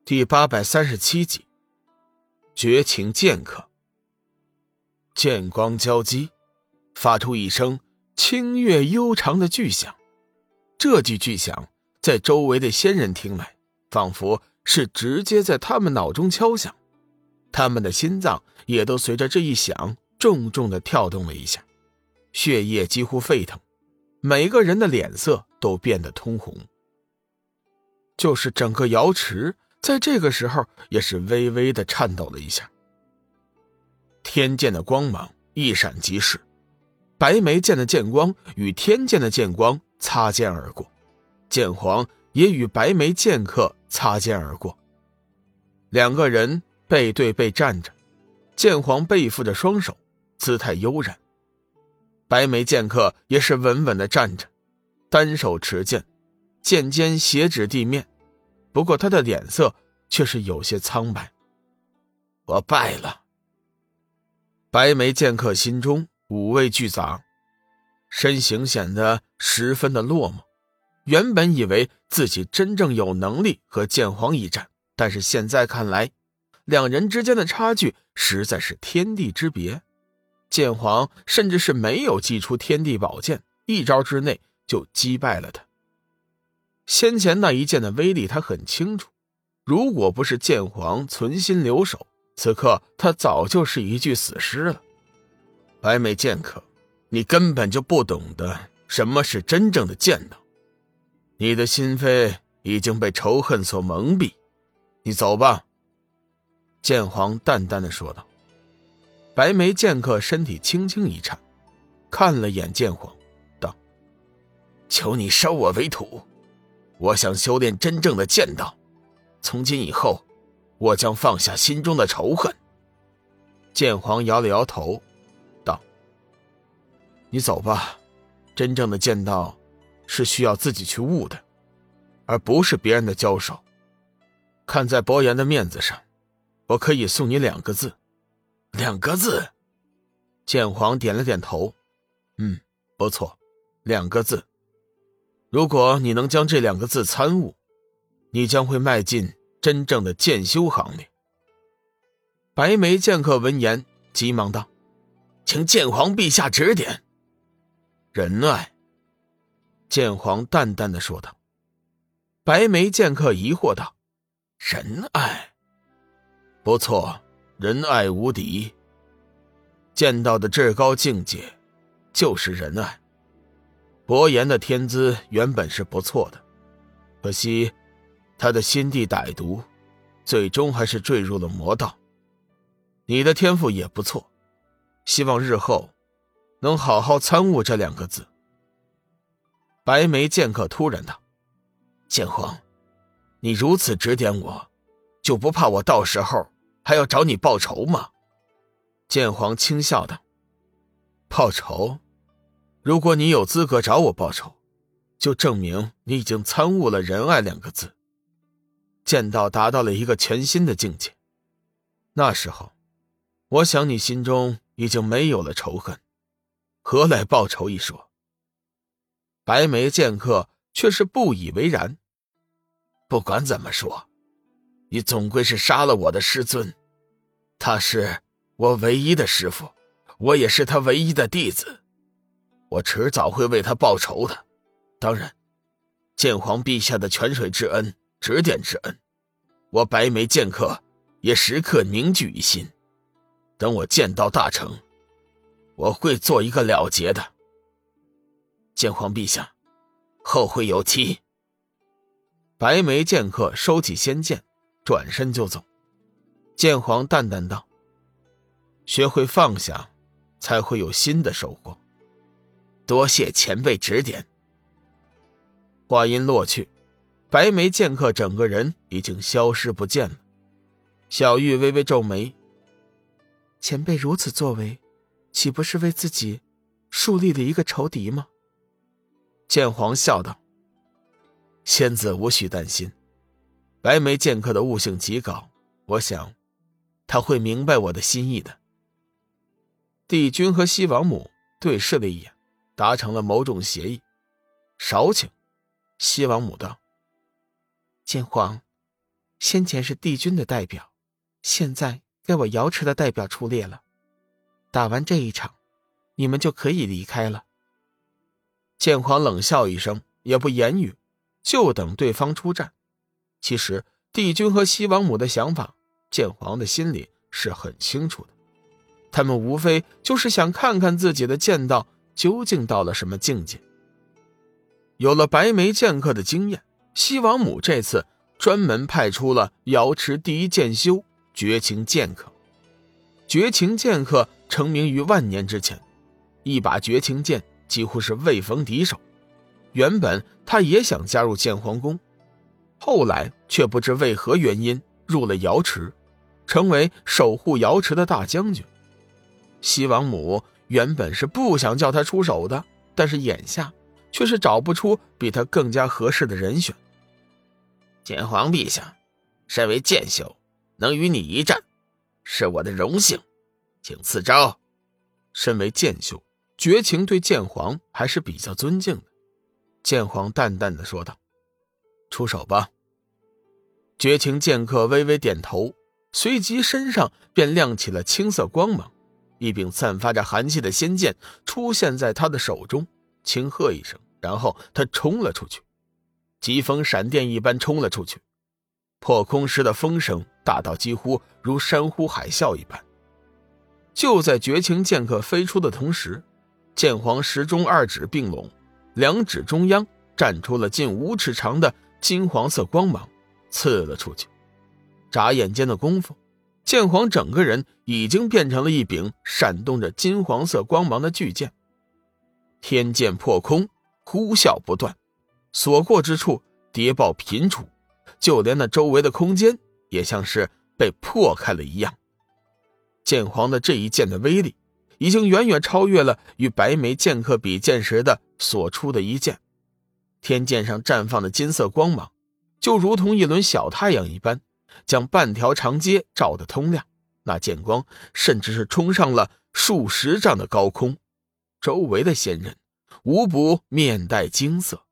第837集，绝情剑客。剑光交击，发出一声清越悠长的巨响。这句巨响在周围的仙人听来，仿佛是直接在他们脑中敲响，他们的心脏也都随着这一响重重地跳动了一下，血液几乎沸腾，每个人的脸色都变得通红。就是整个瑶池在这个时候也是微微地颤抖了一下。天剑的光芒一闪即逝，白眉剑的剑光与天剑的剑光擦肩而过，剑皇也与白眉剑客擦肩而过。两个人背对背站着，剑皇背负着双手，姿态悠然。白眉剑客也是稳稳地站着，单手持剑，剑尖斜指地面，不过他的脸色却是有些苍白。我败了。白眉剑客心中五味俱杂，身形显得十分的落寞。原本以为自己真正有能力和剑皇一战，但是现在看来，两人之间的差距实在是天地之别。剑皇甚至是没有祭出天地宝剑，一招之内就击败了他。先前那一剑的威力他很清楚，如果不是剑皇存心留守，此刻他早就是一具死尸了。白眉剑客，你根本就不懂得什么是真正的剑道，你的心扉已经被仇恨所蒙蔽，你走吧。剑皇淡淡地说道。白眉剑客身体轻轻一颤，看了眼剑皇，道：求你收我为徒，我想修炼真正的剑道，从今以后我将放下心中的仇恨。剑皇摇了摇头，道：你走吧，真正的剑道是需要自己去悟的，而不是别人的教授。看在伯言的面子上，我可以送你2个字。2个字？剑皇点了点头，不错，2个字。如果你能将这2个字参悟，你将会迈进真正的剑修行列。白眉剑客闻言急忙道：请剑皇陛下指点。仁爱。剑皇淡淡地说道。白眉剑客疑惑道：仁爱？不错，仁爱无敌。剑道的至高境界就是仁爱。伯言的天资原本是不错的，可惜他的心地歹毒，最终还是坠入了魔道。你的天赋也不错，希望日后能好好参悟这2个字。白眉剑客突然道：剑皇，你如此指点我，就不怕我到时候还要找你报仇吗？剑皇轻笑道：报仇？如果你有资格找我报仇，就证明你已经参悟了仁爱2个字，剑道达到了一个全新的境界。那时候我想你心中已经没有了仇恨，何来报仇一说？白眉剑客却是不以为然。不管怎么说，你总归是杀了我的师尊，他是我唯一的师父，我也是他唯一的弟子，我迟早会为他报仇的。当然，剑皇陛下的泉水之恩、指点之恩，我白眉剑客也时刻凝聚一心。等我剑道大成，我会做一个了结的。剑皇陛下，后会有期。白眉剑客收起仙剑，转身就走。剑皇淡淡道：学会放下，才会有新的收获。多谢前辈指点。话音落去，白眉剑客整个人已经消失不见了。小玉微微皱眉，前辈如此作为，岂不是为自己树立了一个仇敌吗？剑皇笑道：仙子无需担心，白眉剑客的悟性极高，我想他会明白我的心意的。帝君和西王母对视了一眼，达成了某种协议。少请。西王母道：剑皇， 先前是帝君的代表，现在该我瑶池的代表出列了。打完这一场，你们就可以离开了。 剑皇冷笑一声，也不言语，就等对方出战。其实帝君和西王母的想法，剑皇的心里是很清楚的，他们无非就是想看看自己的剑道究竟到了什么境界。有了白眉剑客的经验，西王母这次专门派出了瑶池第一剑修绝情剑客。绝情剑客成名于万年之前，一把绝情剑几乎是未逢敌手。原本他也想加入剑皇宫，后来却不知为何原因入了瑶池，成为守护瑶池的大将军。西王母原本是不想叫他出手的，但是眼下却是找不出比他更加合适的人选。 剑皇陛下，身为剑修，能与你一战，是我的荣幸，请赐招。 身为剑修，绝情对剑皇还是比较尊敬的。剑皇淡淡的说道：出手吧。绝情剑客微微点头，随即身上便亮起了青色光芒，一柄散发着寒气的仙剑出现在他的手中，轻喝一声，然后他冲了出去，疾风闪电一般冲了出去。破空时的风声大到几乎如山呼海啸一般。就在绝情剑客飞出的同时，剑皇时中二指并拢，两指中央站出了近5尺长的金黄色光芒，刺了出去。眨眼间的功夫，剑皇整个人已经变成了一柄闪动着金黄色光芒的巨剑。天剑破空，呼啸不断，所过之处谍报频出，就连那周围的空间也像是被破开了一样。剑皇的这一剑的威力已经远远超越了与白眉剑客比剑时的所出的一剑。天剑上绽放的金色光芒就如同一轮小太阳一般，将半条长街照得通亮，那剑光甚至是冲上了数十丈的高空，周围的仙人无不面带惊色。